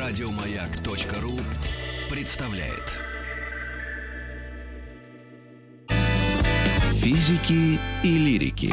Радиомаяк.ру представляет Физики и лирики.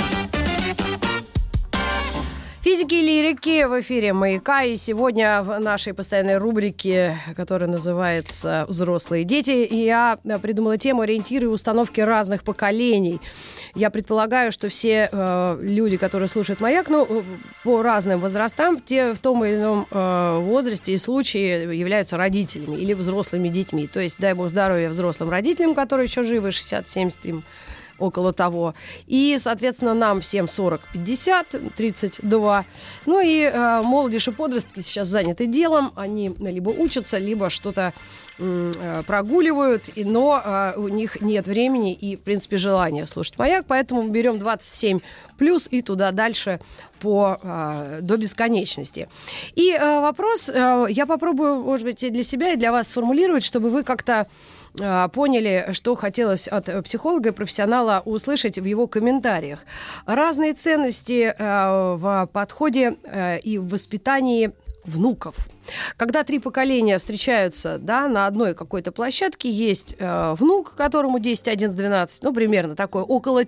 Физики и лирики в эфире «Маяка». И сегодня в нашей постоянной рубрике, которая называется «Взрослые дети», я придумала тему ориентиры и установки разных поколений. Я предполагаю, что все люди, которые слушают «Маяк», по разным возрастам, те в том или ином возрасте и случае являются родителями или взрослыми детьми. То есть, дай бог здоровья взрослым родителям, которые еще живы, 60-70 им, около того. И, соответственно, нам всем 40-50, 32. Ну и молодежь и подростки сейчас заняты делом. Они либо учатся, либо что-то прогуливают, но у них нет времени и, в принципе, желания слушать «Маяк». Поэтому мы берем 27 плюс и туда дальше до бесконечности. И вопрос я попробую, может быть, и для себя, и для вас сформулировать, чтобы вы как-то поняли, что хотелось от психолога и профессионала услышать в его комментариях. Разные ценности в подходе и в воспитании внуков. Когда 3 поколения встречаются, да, на одной какой-то площадке, есть внук, которому 10, 11, 12, примерно такой около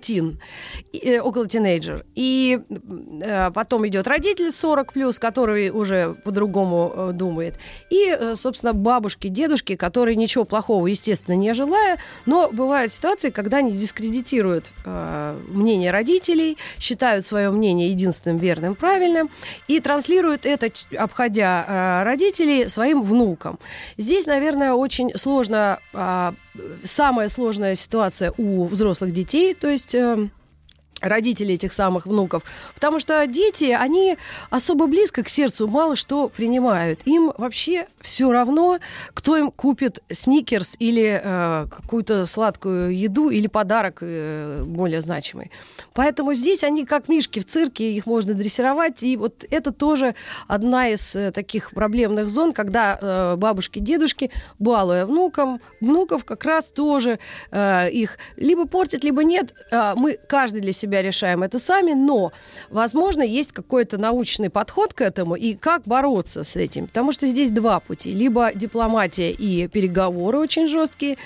тинейджер. И потом идет родитель 40+, который уже по-другому думает. И, собственно, бабушки, дедушки, которые ничего плохого, естественно, не желая, но бывают ситуации, когда они дискредитируют мнение родителей, считают свое мнение единственным верным, правильным, и транслируют это, обходя родителей, своим внукам. Здесь, наверное, очень сложно, самая сложная ситуация у взрослых детей, то есть родителей этих самых внуков, потому что дети, они особо близко к сердцу мало что принимают. Им вообще все равно, кто им купит сникерс или какую-то сладкую еду или подарок более значимый. Поэтому здесь они как мишки в цирке, их можно дрессировать. И вот это тоже одна из таких проблемных зон, когда бабушки, дедушки, балуя внуков как раз тоже их либо портят, либо нет. Мы каждый для себя решаем это сами, но, возможно, есть какой-то научный подход к этому и как бороться с этим. Потому что здесь 2 пути. Либо дипломатия и переговоры очень жесткие,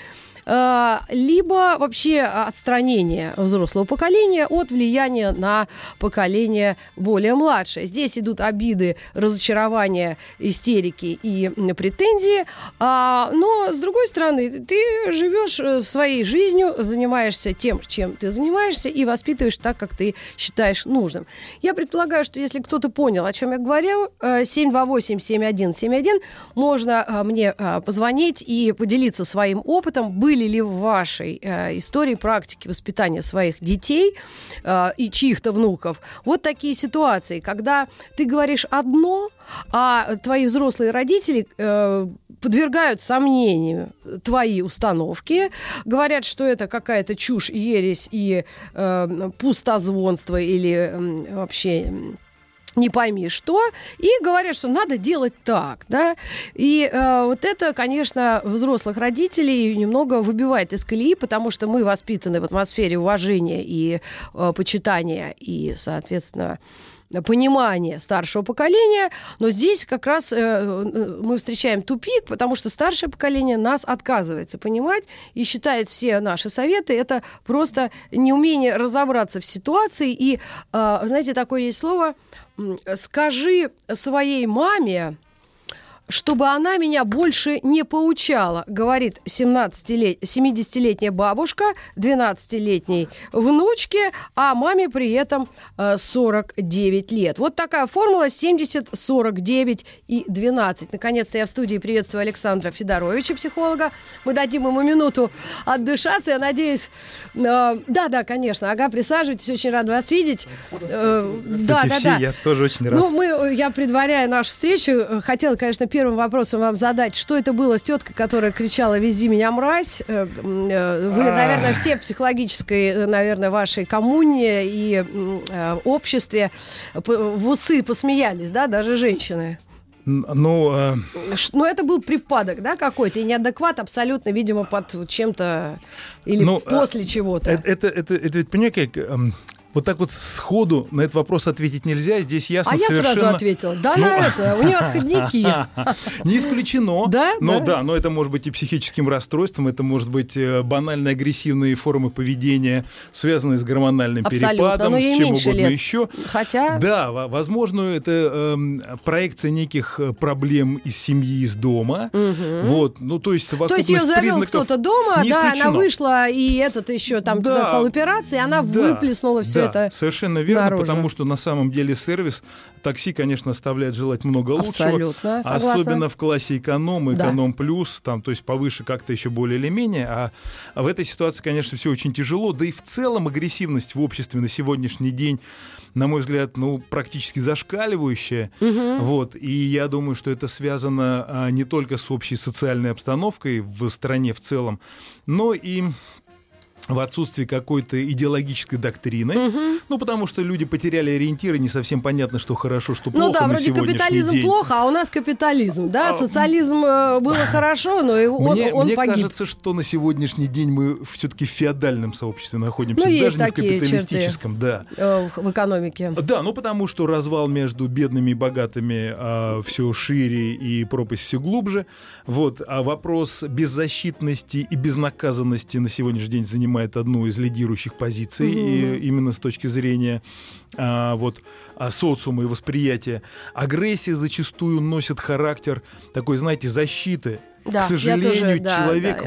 либо вообще отстранение взрослого поколения от влияния на поколение более младшее. Здесь идут обиды, разочарования, истерики и претензии. Но, с другой стороны, ты живешь своей жизнью, занимаешься тем, чем ты занимаешься, и воспитываешь так, как ты считаешь нужным. Я предполагаю, что если кто-то понял, о чем я говорю, 728-7171, можно мне позвонить и поделиться своим опытом. Были ли в вашей истории, практике воспитания своих детей и чьих-то внуков вот такие ситуации, когда ты говоришь одно, а твои взрослые родители подвергают сомнению твои установки, говорят, что это какая-то чушь, ересь и пустозвонство или вообще не пойми что, и говорят, что надо делать так, да, и вот это, конечно, взрослых родителей немного выбивает из колеи, потому что мы воспитаны в атмосфере уважения и почитания, и, соответственно, понимание старшего поколения, но здесь как раз мы встречаем тупик, потому что старшее поколение нас отказывается понимать и считает все наши советы это просто неумение разобраться в ситуации. И, знаете, такое есть слово «скажи своей маме, чтобы она меня больше не поучала», говорит 70-летняя бабушка 12-летней внучке, а маме при этом 49 лет. Вот такая формула: 70, 49 и 12. Наконец-то я в студии приветствую Александра Федоровича, психолога. Мы дадим ему минуту отдышаться, я надеюсь. Да, конечно. Ага, присаживайтесь, очень рада вас видеть. Да. Я тоже очень рад. Я, предваряя нашу встречу, хотела, конечно, первым вопросом вам задать, что это было с теткой, которая кричала «Вези меня, мразь». Вы, наверное, все в психологической, наверное, вашей коммуне и обществе в усы посмеялись, да, даже женщины. Но это был припадок, да, какой-то, и неадекват абсолютно, видимо, под чем-то или после чего-то. Это ведь, понимаете, как Вот так вот сходу на этот вопрос ответить нельзя. Здесь ясно совершенно... я сразу ответила. Да, на это. У нее отходники. Не исключено. Да? Но это может быть и психическим расстройством, это может быть банальные агрессивные формы поведения, связанные с гормональным перепадом, с чем угодно еще. Хотя... Да, возможно, это проекция неких проблем из семьи, из дома. Вот. Ну, то есть совокупность признаков... То есть ее завел кто-то дома, да, она вышла, и этот еще там стал операции, и она выплеснула все это совершенно верно, наружу. потому что на самом деле сервис такси, конечно, оставляет желать много лучшего. Абсолютно, согласна. Особенно в классе эконом, эконом плюс, там, то есть повыше как-то еще более или менее. А в этой ситуации, конечно, все очень тяжело. Да и в целом агрессивность в обществе на сегодняшний день, на мой взгляд, практически зашкаливающая. Вот. И я думаю, что это связано не только с общей социальной обстановкой в стране в целом, но и в отсутствии какой-то идеологической доктрины. Потому что люди потеряли ориентиры, не совсем понятно, что хорошо, что плохо на сегодняшний день. вроде капитализм плохо, а у нас капитализм, да? Социализм было хорошо, но он погиб. Мне кажется, что на сегодняшний день мы все-таки в феодальном сообществе находимся, даже не в капиталистическом. Да. В экономике. Да, потому что развал между бедными и богатыми все шире и пропасть все глубже. Вот. А вопрос беззащитности и безнаказанности на сегодняшний день занимает одну из лидирующих позиций, и именно с точки зрения социума и восприятия. Агрессия зачастую носит характер такой, знаете, защиты. Да, к сожалению, человек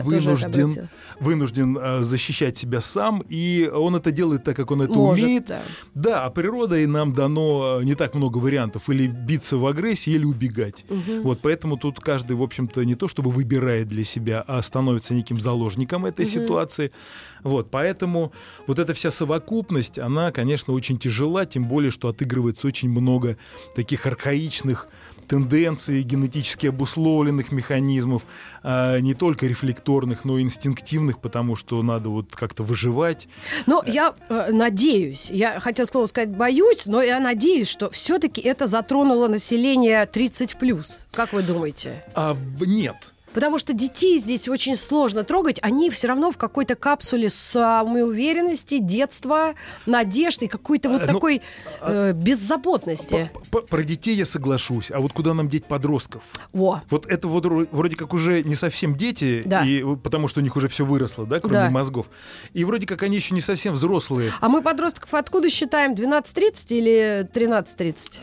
вынужден защищать себя сам, и он это делает так, как он это умеет. Да, а природой нам дано не так много вариантов: или биться в агрессии, или убегать. Вот, поэтому тут каждый, в общем-то, не то чтобы выбирает для себя, а становится неким заложником этой ситуации. Вот, поэтому вот эта вся совокупность, она, конечно, очень тяжела, тем более, что отыгрывается очень много таких архаичных тенденций, генетически обусловленных механизмов, не только рефлекторных, но и инстинктивных, потому что надо как-то выживать. Но я надеюсь, я хотела слово сказать боюсь, но я надеюсь, что все-таки это затронуло население 30+. Как вы думаете? Нет. Потому что детей здесь очень сложно трогать. Они все равно в какой-то капсуле самоуверенности, детства, надежды, какой-то такой беззаботности. Про детей я соглашусь. А вот куда нам деть подростков? Вот это вроде как уже не совсем дети, потому что у них уже все выросло, да, кроме мозгов. И вроде как они еще не совсем взрослые. А мы подростков откуда считаем? 12-30 или 13-30?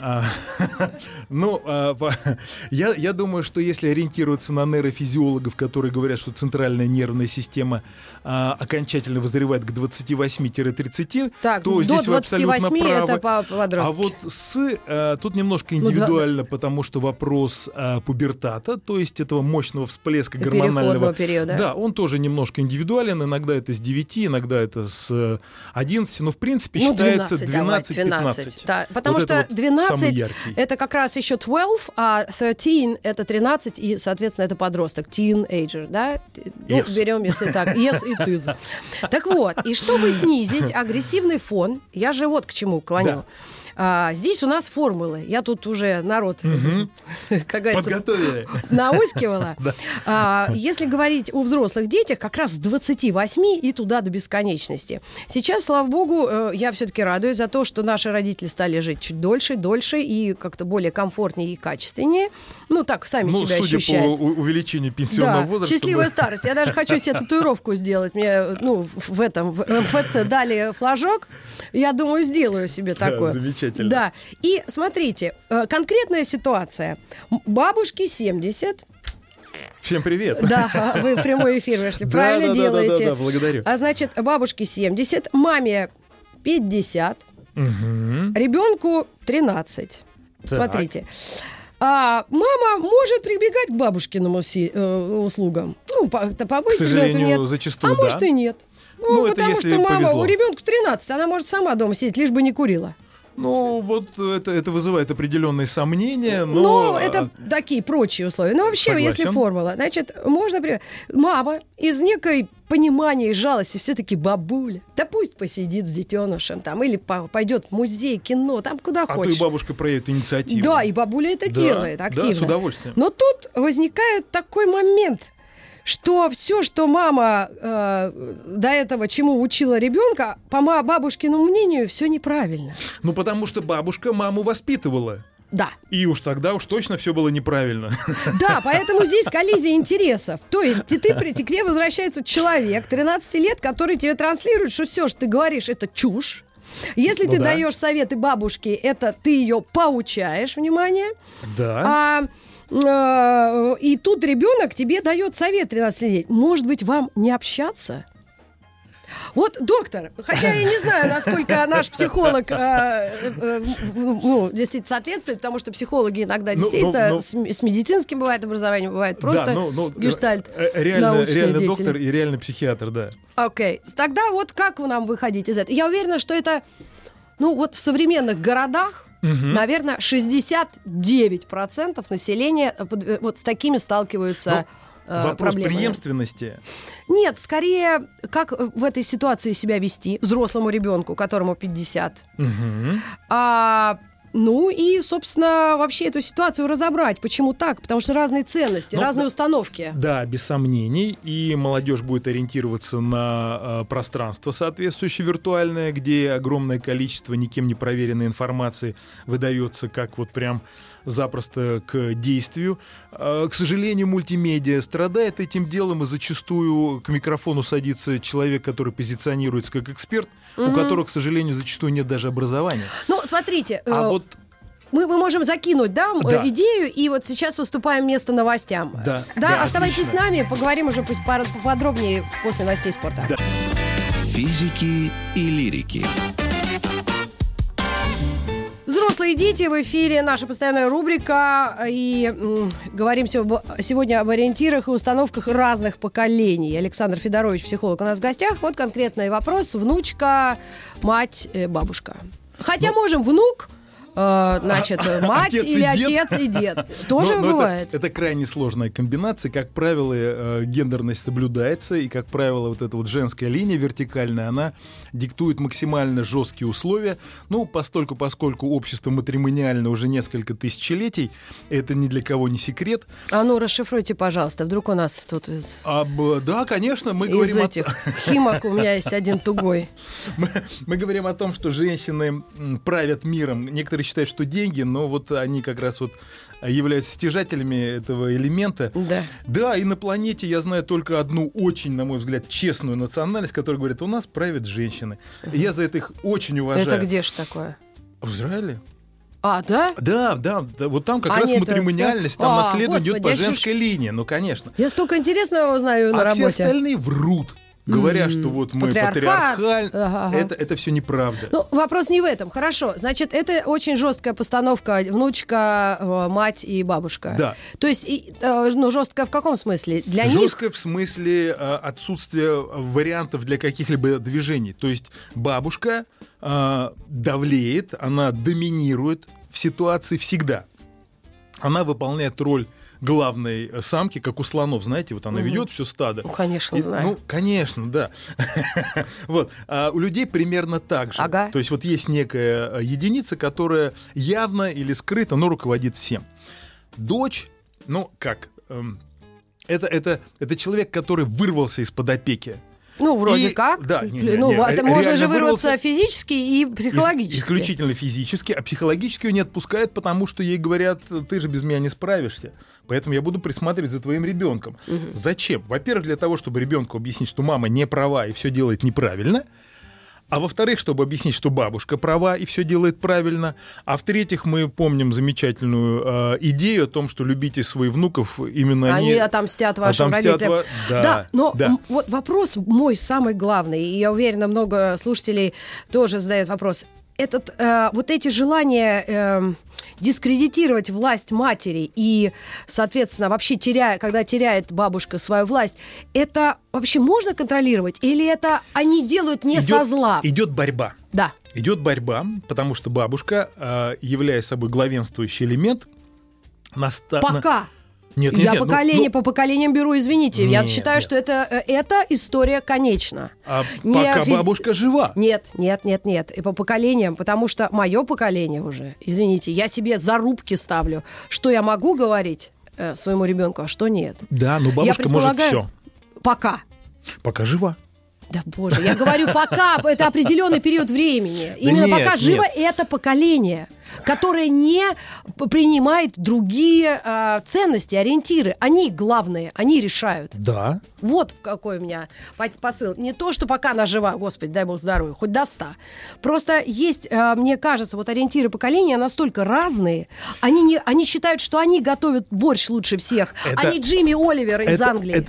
Я думаю, что если ориентироваться на нейрофизиологов, которые говорят, что центральная нервная система окончательно вызревает к 28-30, то здесь вы абсолютно правы. Это подростки. А вот тут немножко индивидуально, потому что вопрос пубертата, то есть этого мощного всплеска гормонального периода. Да, он тоже немножко индивидуален. Иногда это с 9, иногда это с 11, но в принципе считается 12-15. Да, потому что 12 это как раз еще 12, а 13 это 13, и, соответственно, это подросток. Teenager, да? Берем, если так. Yes, it is. Так вот, и чтобы снизить агрессивный фон, я же вот к чему клоню. Здесь у нас формулы. Я тут уже народ, как говорится, подготовили. Наускивала. Если говорить о взрослых детях, как раз с 28 и туда до бесконечности. Сейчас, слава богу, я все-таки радуюсь за то, что наши родители стали жить чуть дольше и как-то более комфортнее и качественнее. Так, сами себя ощущают. Судя по увеличению пенсионного возраста. Счастливая старость. Я даже хочу себе татуировку сделать. Мне в МФЦ дали флажок. Я думаю, сделаю себе такое. Замечательно. Да. И смотрите, конкретная ситуация. Бабушке 70. Всем привет. Да, вы в прямой эфир вышли. Правильно делаете. Да, благодарю. Значит, бабушке 70, маме 50, ребенку 13. Смотрите. Мама может прибегать к бабушкиным услугам. К сожалению, зачастую, да. А может и нет. Потому что мама, повезло. У ребенка 13, она может сама дома сидеть, лишь бы не курила. Это вызывает определенные сомнения, но это такие прочие условия. Но вообще, согласен. Если формула, значит, можно... Мама из некой понимания и жалости все-таки бабуля. Да пусть посидит с детенышем там, или пойдет в музей, кино, там куда хочешь. А то и бабушка проявит инициативу. Да, и бабуля это делает активно. Да, с удовольствием. Но тут возникает такой момент, что все, что мама до этого чему учила ребенка, по бабушкиному мнению, все неправильно. Ну, потому что бабушка маму воспитывала. Да. И уж тогда уж точно все было неправильно. Да, поэтому здесь коллизия интересов. То есть к тебе возвращается человек 13 лет, который тебе транслирует, что все, что ты говоришь, это чушь. Если ты даешь советы бабушке, это ты ее поучаешь, внимание. Да. И тут ребенок тебе дает совет 13 лет. Может быть, вам не общаться? Вот, доктор, хотя я не знаю, насколько наш психолог действительно соответствует, потому что психологи иногда действительно с медицинским бывает образованием, бывает просто гештальт. Реально доктор и реально психиатр, да. Окей. Тогда вот как нам выходить из этого? Я уверена, что это, вот в современных городах, наверное, 69% населения вот с такими сталкиваются вопрос проблемами. Преемственности? Нет, скорее, как в этой ситуации себя вести взрослому ребенку, которому 50. И, собственно, вообще эту ситуацию разобрать. Почему так? Потому что разные ценности, разные установки. Да, без сомнений. И молодежь будет ориентироваться на пространство соответствующее виртуальное, где огромное количество никем не проверенной информации выдается как вот прям запросто к действию. К сожалению, мультимедиа страдает этим делом, и зачастую к микрофону садится человек, который позиционируется как эксперт, у которого, к сожалению, зачастую нет даже образования. Ну, смотрите, мы можем закинуть, идею, и вот сейчас уступаем место новостям. Да, оставайтесь отлично с нами, поговорим уже поподробнее после новостей спорта. Да. Физики и лирики. Взрослые дети, в эфире наша постоянная рубрика, и говорим сегодня об ориентирах и установках разных поколений. Александр Федорович, психолог, у нас в гостях. Вот конкретный вопрос: внучка, мать, бабушка. Хотя можем внук, мать или отец и дед. Тоже бывает. Это крайне сложная комбинация. Как правило, гендерность соблюдается, и, как правило, вот эта вот женская линия вертикальная, она диктует максимально жесткие условия. Поскольку общество матримониально уже несколько тысячелетий, это ни для кого не секрет. Расшифруйте, пожалуйста, вдруг у нас тут Да, конечно, мы говорим химок у меня есть один тугой. Мы говорим о том, что женщины правят миром. Некоторые считают, что деньги, но вот они как раз вот являются стяжателями этого элемента. Да, и на планете я знаю только одну очень, на мой взгляд, честную национальность, которая говорит: у нас правят женщины. И я за это их очень уважаю. Это где ж такое? В Израиле. Да? Да. Вот там как раз матримониальность, там наследование идет по женской линии. Ну, конечно. Я столько интересного узнаю на работе. А все остальные врут, говоря, что вот мы патриархаль. Это все неправда. Вопрос не в этом. Хорошо. Значит, это очень жесткая постановка: внучка, мать и бабушка. Да. То есть, жесткая в каком смысле? Для них? Жесткая в смысле отсутствия вариантов для каких-либо движений. То есть бабушка давлеет, она доминирует в ситуации всегда. Она выполняет роль главной самки, как у слонов, знаете, вот она ведет все стадо. Конечно, знаю. Конечно, да. Вот. А у людей примерно так же. То есть вот есть некая единица, которая явно или скрыто, но руководит всем. Дочь, это человек, который вырвался из-под опеки. Вроде как. Да, это можно же вырваться физически и психологически. Исключительно физически, а психологически ее не отпускают, потому что ей говорят: ты же без меня не справишься, поэтому я буду присматривать за твоим ребенком. Зачем? Во-первых, для того, чтобы ребенку объяснить, что мама не права и все делает неправильно. А во-вторых, чтобы объяснить, что бабушка права и все делает правильно. А в-третьих, мы помним замечательную идею о том, что любите своих внуков, именно они отомстят вашим родителям. Вот вопрос мой самый главный, и я уверена, много слушателей тоже задают вопрос. Вот эти желания дискредитировать власть матери и, соответственно, вообще когда теряет бабушка свою власть, это вообще можно контролировать? Или это они делают со зла? Идет борьба. Да. Идет борьба, потому что бабушка, являя собой главенствующий элемент, Пока. Я поколение по поколениям беру, извините. Я считаю, что эта история конечна. Пока бабушка жива. Нет. И по поколениям, потому что мое поколение уже, извините, я себе зарубки ставлю, что я могу говорить своему ребенку, а что нет. Да, но бабушка может все. Пока. Пока жива. Да боже, я говорю, пока, это определенный период времени. Именно пока живо это поколение, которое не принимает другие ценности, ориентиры. Они главные, они решают. Да. Вот какой у меня посыл. Не то, что пока она жива, господи, дай бог здоровья, хоть до 100. Просто есть, мне кажется, вот ориентиры поколения настолько разные. Они считают, что они готовят борщ лучше всех, а не Джимми Оливер из Англии.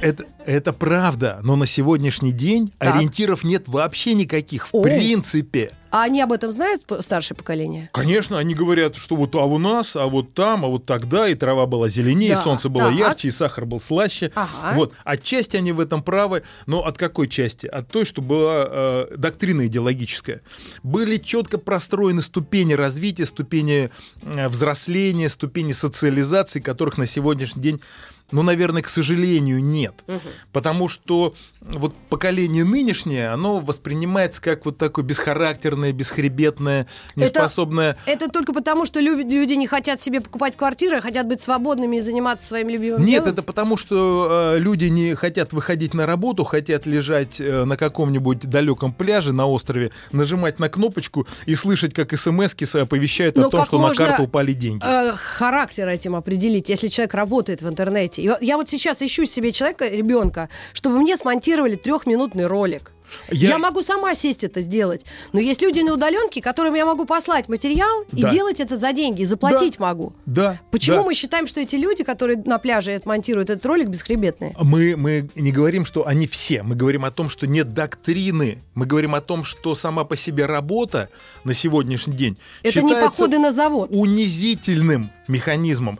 Это правда, но на сегодняшний день ориентиров нет вообще никаких, в принципе. А они об этом знают, старшее поколение? Конечно, они говорят, что вот у нас, а вот там, а вот тогда, и трава была зеленее, и солнце было ярче, и сахар был слаще. Ага. Вот. Отчасти они в этом правы, но от какой части? От той, что была доктрина идеологическая. Были четко простроены ступени развития, ступени взросления, ступени социализации, которых на сегодняшний день, наверное, к сожалению, нет. Потому что вот поколение нынешнее, оно воспринимается как вот такое бесхарактерное, бесхребетное, неспособное... Это только потому, что люди не хотят себе покупать квартиры, а хотят быть свободными и заниматься своим любимым делом? Нет, это потому, что люди не хотят выходить на работу, хотят лежать на каком-нибудь далеком пляже на острове, нажимать на кнопочку и слышать, как смс-ки оповещают о том, что на карту упали деньги. Характер этим определить, если человек работает в интернете? Я вот сейчас ищу себе человека, ребенка, чтобы мне смонтировали 3-минутный ролик. Я могу сама сесть это сделать. Но есть люди на удаленке, которым я могу послать материал и делать это за деньги, и заплатить могу. Да. Почему мы считаем, что эти люди, которые на пляже монтируют этот ролик, бесхребетные? Мы не говорим, что они все. Мы говорим о том, что нет доктрины. Мы говорим о том, что сама по себе работа на сегодняшний день это не походы на завод. Унизительным механизмом.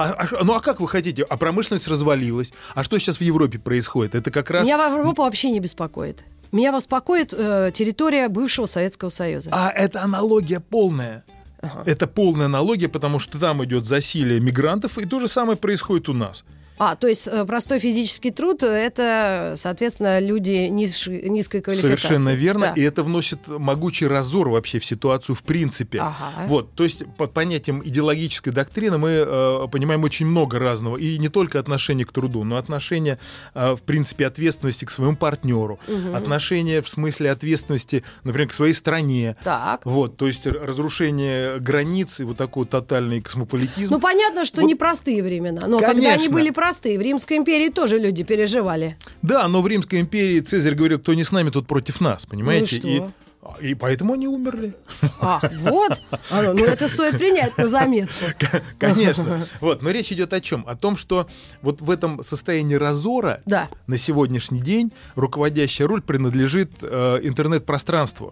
А как вы хотите? А промышленность развалилась. А что сейчас в Европе происходит? Это как раз... Меня Европа вообще не беспокоит. Меня беспокоит территория бывшего Советского Союза. А это аналогия полная. Ага. Это полная аналогия, потому что там идет засилие мигрантов, и то же самое происходит у нас. То есть простой физический труд — это, соответственно, люди низкой квалификации. Совершенно верно, и это вносит могучий разор вообще в ситуацию в принципе. Ага. Вот, то есть под понятием идеологической доктрины мы понимаем очень много разного, и не только отношение к труду, но отношение, в принципе, ответственности к своему партнеру, отношение в смысле ответственности, например, к своей стране. Так. Вот, то есть разрушение границ и вот такой тотальный космополитизм. Понятно, что непростые времена, но конечно. Когда они были простые, в Римской империи тоже люди переживали. Да, но в Римской империи Цезарь говорил, кто не с нами, тот против нас, понимаете? Ну и что? И поэтому они умерли. Вот. Это стоит принять на заметку. Конечно. Вот, но речь идет о чем? О том, что вот в этом состоянии разора на сегодняшний день руководящая роль принадлежит интернет-пространству,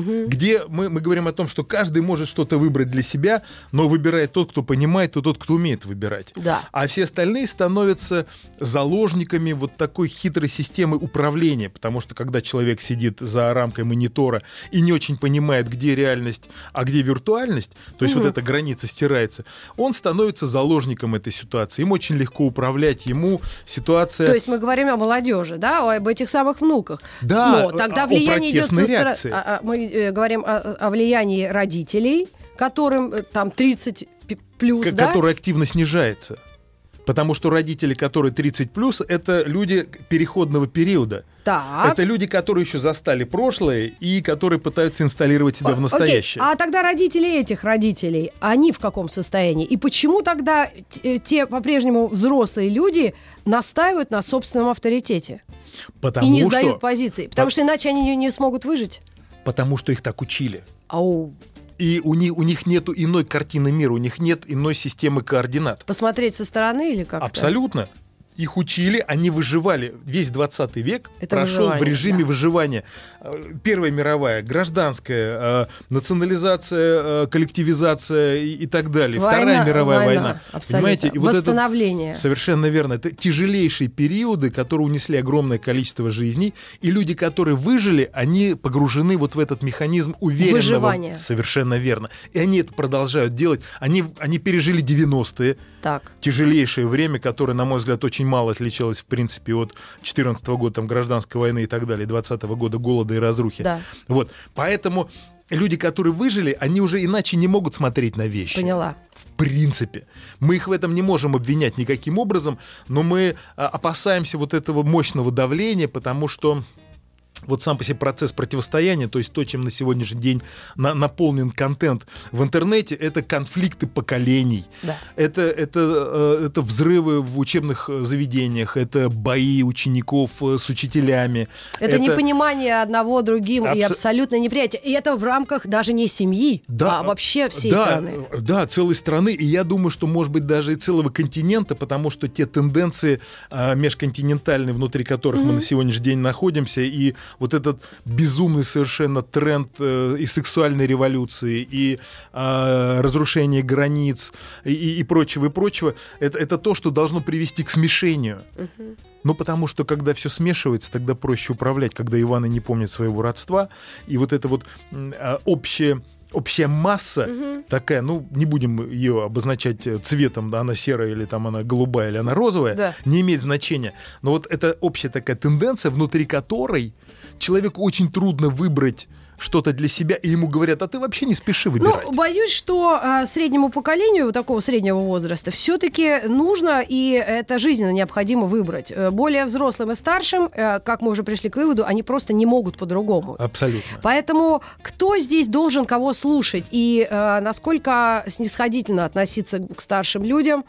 где мы говорим о том, что каждый может что-то выбрать для себя, но выбирает тот, кто понимает, и тот, кто умеет выбирать. Да. А все остальные становятся заложниками вот такой хитрой системы управления, потому что когда человек сидит за рамкой монитора и не очень понимает, где реальность, а где виртуальность, то есть вот эта граница стирается, он становится заложником этой ситуации. Им очень легко управлять, ему ситуация... То есть мы говорим о молодежи, да, об этих самых внуках. Да, но тогда влияние идет со стороны... Мы говорим о влиянии родителей, которым там 30 плюс, да? Которая активно снижается. Потому что родители, которые 30+, это люди переходного периода. Так. Это люди, которые еще застали прошлое и которые пытаются инсталлировать себя в настоящее. А тогда родители этих родителей, они в каком состоянии? И почему тогда те по-прежнему взрослые люди настаивают на собственном авторитете? И не сдают позиции? Потому что иначе они не смогут выжить? Потому что их так учили. Ау. И у них нет иной картины мира, у них нет иной системы координат. Посмотреть со стороны или как-то? Абсолютно. Их учили, они выживали. Весь 20 век прошел в режиме выживания. Первая мировая, гражданская, национализация, коллективизация и так далее. Вторая мировая война. Понимаете? И восстановление. Вот это, совершенно верно. Это тяжелейшие периоды, которые унесли огромное количество жизней. И люди, которые выжили, они погружены вот в этот механизм уверенного... Выживания. Совершенно верно. И они это продолжают делать. Они пережили 90-е. Так. Тяжелейшее время, которое, на мой взгляд, очень мало отличалось, в принципе, от 14 года там, гражданской войны и так далее, 20 года голода и разрухи. Да. Вот. Поэтому люди, которые выжили, они уже иначе не могут смотреть на вещи. Поняла. В принципе. Мы их в этом не можем обвинять никаким образом, но мы опасаемся вот этого мощного давления, потому что вот сам по себе процесс противостояния, то есть то, чем на сегодняшний день наполнен контент в интернете, это конфликты поколений, да. это взрывы в учебных заведениях, это бои учеников с учителями. Это непонимание одного другим и абсолютное неприятие. И это в рамках даже не семьи, а вообще всей страны. Да, целой страны. И я думаю, что, может быть, даже и целого континента, потому что те тенденции межконтинентальные, внутри которых мы на сегодняшний день находимся, и вот этот безумный совершенно тренд и сексуальной революции, и разрушения границ, и прочего, это то, что должно привести к смешению. Ну, потому что, когда все смешивается, тогда проще управлять, когда Иваны не помнят своего родства, и вот это вот общая масса такая, ну, не будем ее обозначать цветом, да, она серая или там она голубая или она розовая, да. Не имеет значения. Но вот это общая такая тенденция, внутри которой человеку очень трудно выбрать что-то для себя, и ему говорят, а ты вообще не спеши выбирать. Ну, боюсь, что среднему поколению такого среднего возраста все-таки нужно, и это жизненно необходимо выбрать. Более взрослым и старшим, как мы уже пришли к выводу, они просто не могут по-другому. Абсолютно. Поэтому кто здесь должен кого слушать, и насколько снисходительно относиться к старшим людям,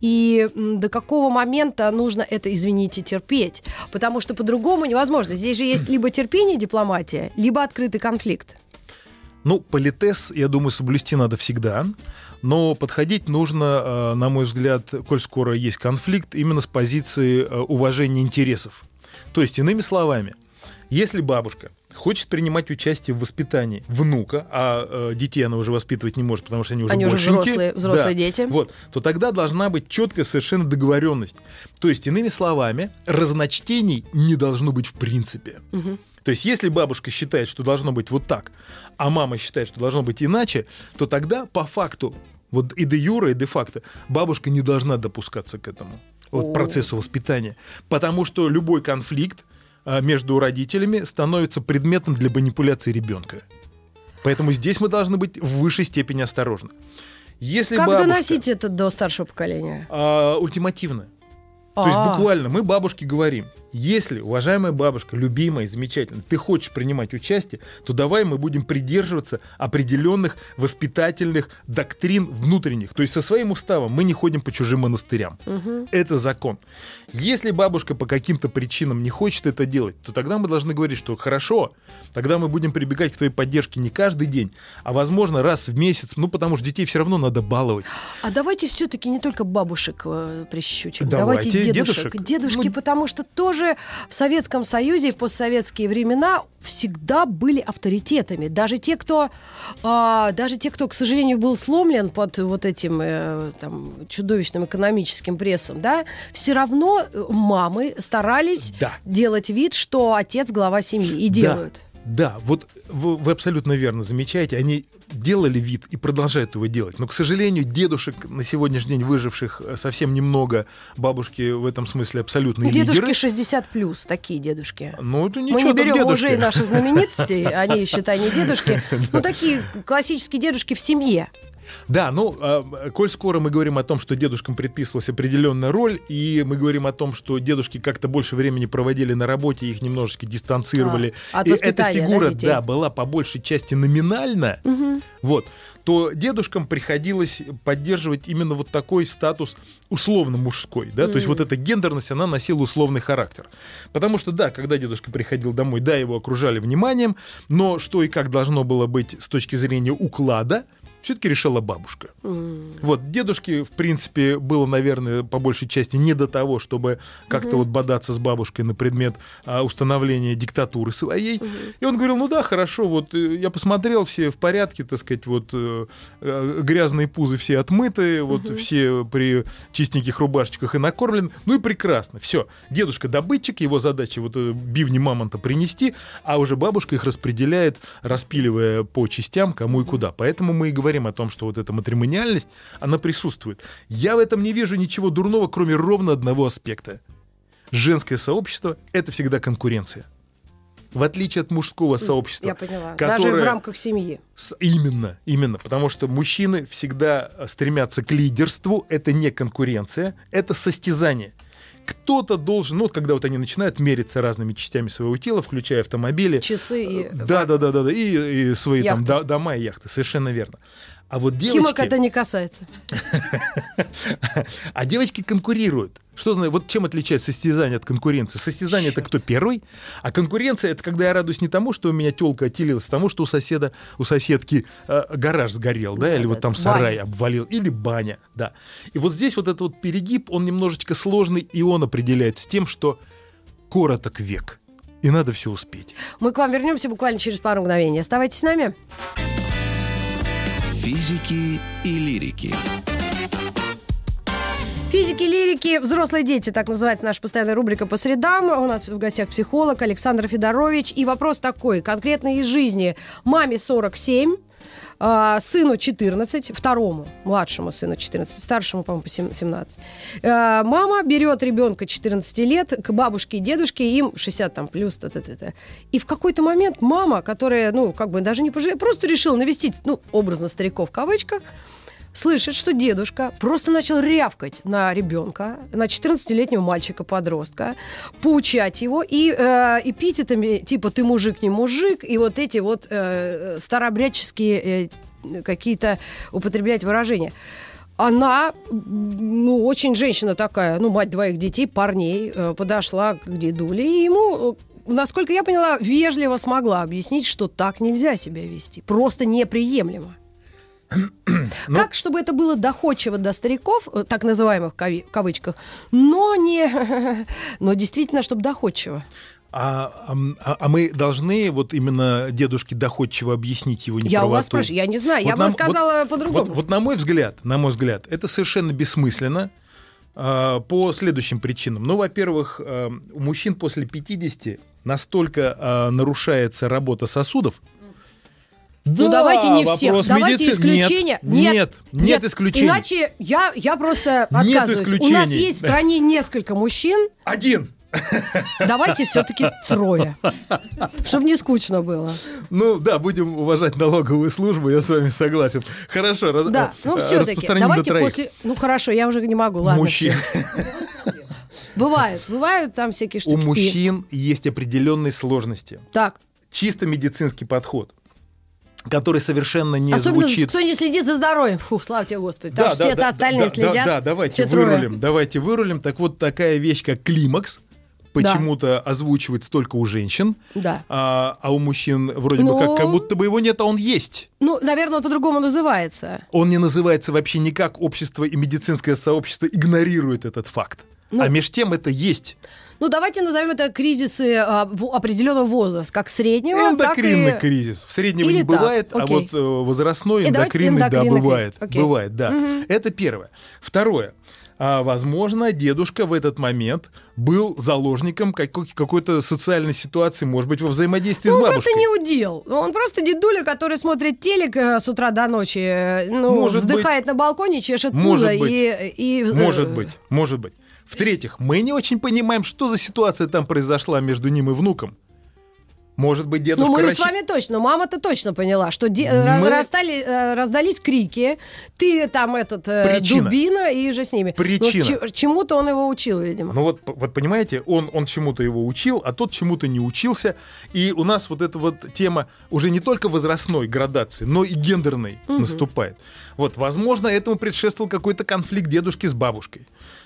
и до какого момента нужно это, извините, терпеть. Потому что по-другому невозможно. Здесь же есть либо терпение, дипломатия, либо открытый конфликт. Ну, политез, я думаю, соблюсти надо всегда. Но подходить нужно, на мой взгляд, коль скоро есть конфликт, именно с позиции уважения интересов. То есть, иными словами, если бабушка хочет принимать участие в воспитании внука, а детей она уже воспитывать не может, потому что они уже большенькие, взрослые дети, вот, то тогда должна быть четкая совершенно договоренность. То есть, иными словами, разночтений не должно быть в принципе. То есть, если бабушка считает, что должно быть вот так, а мама считает, что должно быть иначе, то тогда по факту, вот и де юре, и де факто, бабушка не должна допускаться к этому процессу воспитания. Потому что любой конфликт между родителями становится предметом для манипуляции ребенка. Поэтому здесь мы должны быть в высшей степени осторожны. Если как бабушка, доносить это до старшего поколения? Ультимативно. То есть буквально мы бабушке говорим, если, уважаемая бабушка, любимая, замечательная, ты хочешь принимать участие, то давай мы будем придерживаться определенных воспитательных доктрин внутренних. То есть со своим уставом мы не ходим по чужим монастырям. Это закон. Если бабушка по каким-то причинам не хочет это делать, то тогда мы должны говорить, что хорошо, тогда мы будем прибегать к твоей поддержке не каждый день, а, возможно, раз в месяц, ну, потому что детей все равно надо баловать. А давайте все-таки не только бабушек прищучим, давайте дедушек. Дедушки, потому что тоже в Советском Союзе и в постсоветские времена всегда были авторитетами. Даже те, кто, к сожалению, был сломлен под вот этим там, чудовищным экономическим прессом, да, все равно мамы старались делать вид, что отец глава семьи, и делают. Да, вот вы абсолютно верно замечаете, они делали вид и продолжают его делать. Но, к сожалению, дедушек на сегодняшний день выживших совсем немного, бабушки в этом смысле абсолютные лидеры. Дедушки 60+, такие дедушки. Ну, это ничего. Мы не берем дедушки. Уже и наших знаменитостей, они, считай, не дедушки, но такие классические дедушки в семье. Да, ну, коль скоро мы говорим о том, что дедушкам предписывалась определенная роль, и мы говорим о том, что дедушки как-то больше времени проводили на работе, их немножечко дистанцировали, от и эта фигура, детей. была по большей части номинальна, вот, то дедушкам приходилось поддерживать именно вот такой статус условно-мужской, да, то есть вот эта гендерность, она носила условный характер. Потому что, да, когда дедушка приходил домой, да, его окружали вниманием, но что и как должно было быть с точки зрения уклада, все-таки решала бабушка. Вот, дедушке, в принципе, было, наверное, по большей части не до того, чтобы как-то вот бодаться с бабушкой на предмет установления диктатуры своей. И он говорил, ну да, хорошо, вот я посмотрел, все в порядке, так сказать, вот грязные пузы все отмыты, вот все при чистеньких рубашечках и накормлены, ну и прекрасно, все. Дедушка добытчик, его задача вот бивни мамонта принести, а уже бабушка их распределяет, распиливая по частям, кому и куда. Поэтому мы и говорим о том, что вот эта матримониальность, она присутствует. Я в этом не вижу ничего дурного, кроме ровно одного аспекта. Женское сообщество — это всегда конкуренция. в отличие от мужского сообщества. Я поняла. Даже в рамках семьи. Именно. Потому что мужчины всегда стремятся к лидерству. Это не конкуренция, это состязание. Кто-то должен, ну, когда вот они начинают мериться разными частями своего тела, включая автомобили. Часы и... Да, и свои там дома и яхты, совершенно верно. А вот девочки... Химок это не касается. А девочки конкурируют. Что значит, вот чем отличается состязание от конкуренции? Состязание — это кто первый, а конкуренция — это когда я радуюсь не тому, что у меня тёлка отелилась, а тому, что у соседки гараж сгорел, да, или вот там сарай обвалил, или баня, да. И вот здесь вот этот вот перегиб, он немножечко сложный, и он определяется тем, что короток век, и надо все успеть. Мы к вам вернемся буквально через пару мгновений. Оставайтесь с нами. Физики и лирики. Физики, лирики, взрослые дети, так называется наша постоянная рубрика по средам. У нас в гостях психолог Александр Федорович. И вопрос такой, конкретно из жизни. Маме 47, сыну 14, второму, младшему сыну 14, старшему, по-моему, 17. Мама берет ребенка 14 лет к бабушке и дедушке, им 60 там плюс. И в какой-то момент мама, которая, ну, как бы даже не пожалела, просто решила навестить, ну, образно стариков в кавычках, слышит, что дедушка просто начал рявкать на ребенка, на 14-летнего мальчика-подростка, поучать его и эпитетами типа «ты мужик, не мужик», и вот эти вот старообрядческие какие-то употреблять выражения. Она, ну, очень женщина такая, ну, мать двоих детей, парней, подошла к дедуле, и ему, насколько я поняла, вежливо смогла объяснить, что так нельзя себя вести, просто неприемлемо. Как, чтобы это было доходчиво до стариков, так называемых в кавычках, но действительно, чтобы доходчиво. А мы должны вот именно дедушке доходчиво объяснить его неправоту? Я у вас спрашиваю, я не знаю, вот я бы сказала по-другому. Вот на мой взгляд, это совершенно бессмысленно по следующим причинам. Ну, во-первых, у мужчин после 50 настолько нарушается работа сосудов. Ну, да, давайте не всех. Давайте исключения. Нет исключений. Иначе я просто отказываюсь. У нас есть в стране несколько мужчин. Один. Давайте все-таки 3. Чтобы не скучно было. Ну да, будем уважать налоговую службу, я с вами согласен. Хорошо, да, ну все-таки. Давайте после... Ну хорошо, я уже не могу, ладно. Мужчин. Бывают там всякие штуки. У мужчин есть определенные сложности. Так. Чисто медицинский подход, который совершенно не особенно звучит. Особенно, кто не следит за здоровьем. Фу, слава тебе, Господи. Потому что все остальные следят. Да, давайте вырулим. Так вот, такая вещь, как климакс, почему-то озвучивается только у женщин, а у мужчин вроде бы как будто бы его нет, а он есть. Ну, наверное, он по-другому называется. Он не называется вообще никак. Общество и медицинское сообщество игнорирует этот факт. А меж тем это есть. Ну, давайте назовем это кризисы определенного возраста, как среднего, эндокринный кризис. В среднего не бывает, а вот возрастной эндокринный, да, бывает. Бывает, да. Угу. Это первое. Второе. Возможно, дедушка в этот момент был заложником какой-то социальной ситуации, может быть, во взаимодействии с бабушкой. Он просто не удел. Он просто дедуля, который смотрит телек с утра до ночи, вздыхает на балконе, чешет пузо и... Может быть. В-третьих, мы не очень понимаем, что за ситуация там произошла между ним и внуком. Может быть, дедушка... Ну, мы с вами точно, мама-то точно поняла, что раздались крики, ты там дубина, и же с ними. Причина. Ну, чему-то он его учил, видимо. Ну, вот понимаете, он чему-то его учил, а тот чему-то не учился. И у нас вот эта вот тема уже не только возрастной градации, но и гендерной наступает. Вот, возможно, этому предшествовал какой-то конфликт дедушки с бабушкой.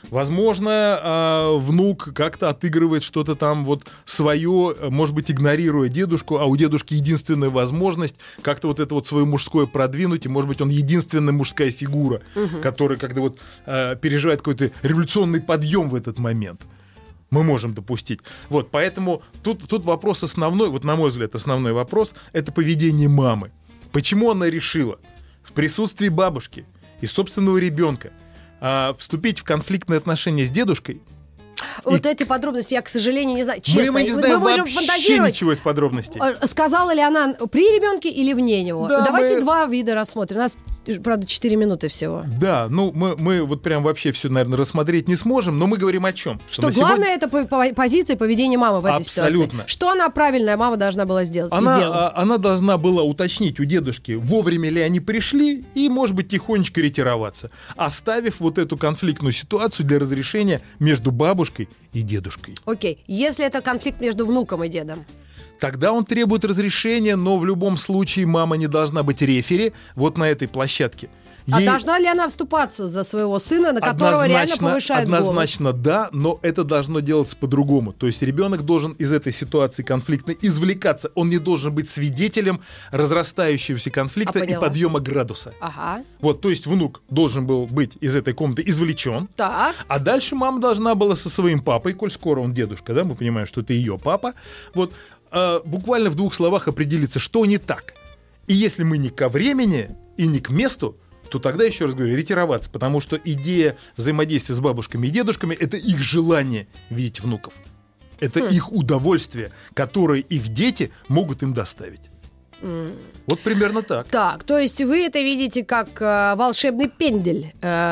Возможно, внук как-то отыгрывает что-то там вот свое, может быть, игнорируя дедушку, а у дедушки единственная возможность как-то вот это вот свое мужское продвинуть, и, может быть, он единственная мужская фигура, которая как-то вот переживает какой-то революционный подъем в этот момент. Мы можем допустить. Вот, поэтому тут вопрос основной, вот на мой взгляд, основной вопрос — это поведение мамы. Почему она решила в присутствии бабушки и собственного ребенка вступить в конфликтные отношения с дедушкой, Вот эти подробности я, к сожалению, не знаю. Честно, мы не знаем можем вообще ничего из подробностей. Сказала ли она при ребенке или вне него? Да, давайте два вида рассмотрим. У нас, правда, 4 минуты всего. Да, ну мы вот прям вообще все, наверное, рассмотреть не сможем, но мы говорим о чем? Что главное, это позиция поведения мамы в этой ситуации. Что она, правильная мама, должна была сделать? Она должна была уточнить у дедушки, вовремя ли они пришли, и, может быть, тихонечко ретироваться, оставив вот эту конфликтную ситуацию для разрешения между бабушкой и дедушкой. Окей. Если это конфликт между внуком и дедом? Тогда он требует разрешения, но в любом случае мама не должна быть рефери вот на этой площадке. Должна ли она вступаться за своего сына, на которого реально повышают голос? Однозначно да, но это должно делаться по-другому. То есть ребенок должен из этой ситуации конфликтной извлекаться. Он не должен быть свидетелем разрастающегося конфликта и подъема градуса. Ага. Вот, то есть внук должен был быть из этой комнаты извлечен. Так. А дальше мама должна была со своим папой, коль скоро он дедушка, да, мы понимаем, что это ее папа, вот, буквально в 2 словах определиться, что не так. И если мы не ко времени и не к месту, то тогда, еще раз говорю, ретироваться, потому что идея взаимодействия с бабушками и дедушками — это их желание видеть внуков. Это их удовольствие, которое их дети могут им доставить. Вот примерно так. Так, то есть вы это видите как волшебный пендель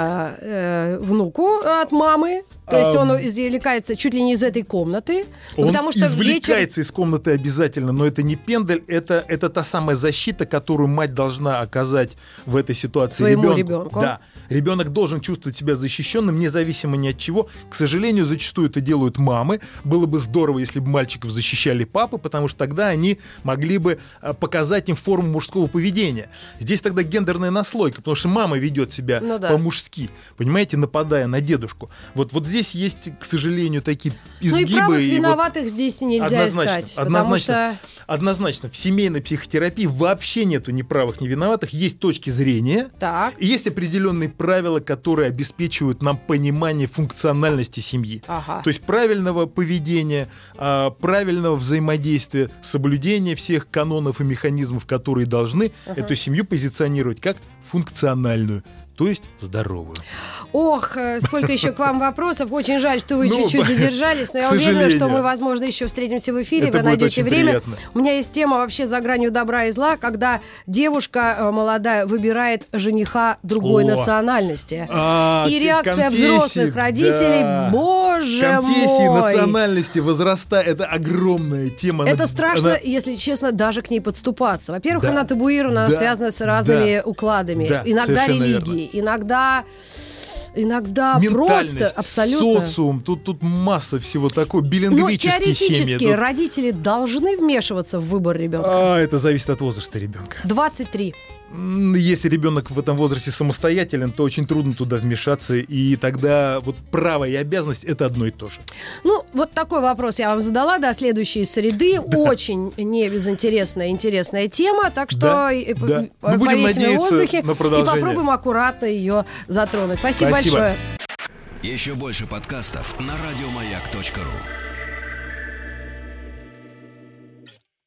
внуку от мамы. То есть он извлекается чуть ли не из этой комнаты. Он потому что извлекается из комнаты обязательно, но это не пендель, это та самая защита, которую мать должна оказать в этой ситуации своему ребенку. Да. Ребенок должен чувствовать себя защищенным, независимо ни от чего. К сожалению, зачастую это делают мамы. Было бы здорово, если бы мальчиков защищали папы, потому что тогда они могли бы показать им форму мужского поведения. Здесь тогда гендерная наслойка, потому что мама ведет себя по-мужски, понимаете, нападая на дедушку. Вот здесь есть, к сожалению, такие изгибы. Ну и правых виноватых здесь нельзя искать. Однозначно. В семейной психотерапии вообще нету ни правых, ни виноватых. Есть точки зрения. Так. И есть определенные правила, которые обеспечивают нам понимание функциональности семьи. Ага. То есть правильного поведения, правильного взаимодействия, соблюдения всех канонов и механизмов, которые должны эту семью позиционировать как функциональную. То есть здоровую. Ох, сколько еще к вам вопросов. Очень жаль, что вы чуть-чуть задержались, но я уверена, что мы, возможно, еще встретимся в эфире, вы найдете время. Приятно. У меня есть тема вообще за гранью добра и зла, когда девушка молодая выбирает жениха другой национальности. И реакция взрослых родителей, боже мой. Конфессии, национальности, возраста, это огромная тема. Это страшно, если честно, даже к ней подступаться. Во-первых, она табуирована, она связана с разными укладами, иногда религией. Иногда просто абсолютно... социум, тут масса всего такого, билингвические семьи. Но теоретически родители должны вмешиваться в выбор ребенка. Это зависит от возраста ребенка. 23. Если ребенок в этом возрасте самостоятелен, то очень трудно туда вмешаться, и тогда вот право и обязанность — это одно и то же. Ну, вот такой вопрос я вам задала до следующей среды. Очень интересная тема, так что повесим ее в воздухе и попробуем аккуратно ее затронуть. Спасибо большое. Еще больше подкастов на радиомаяк.ру.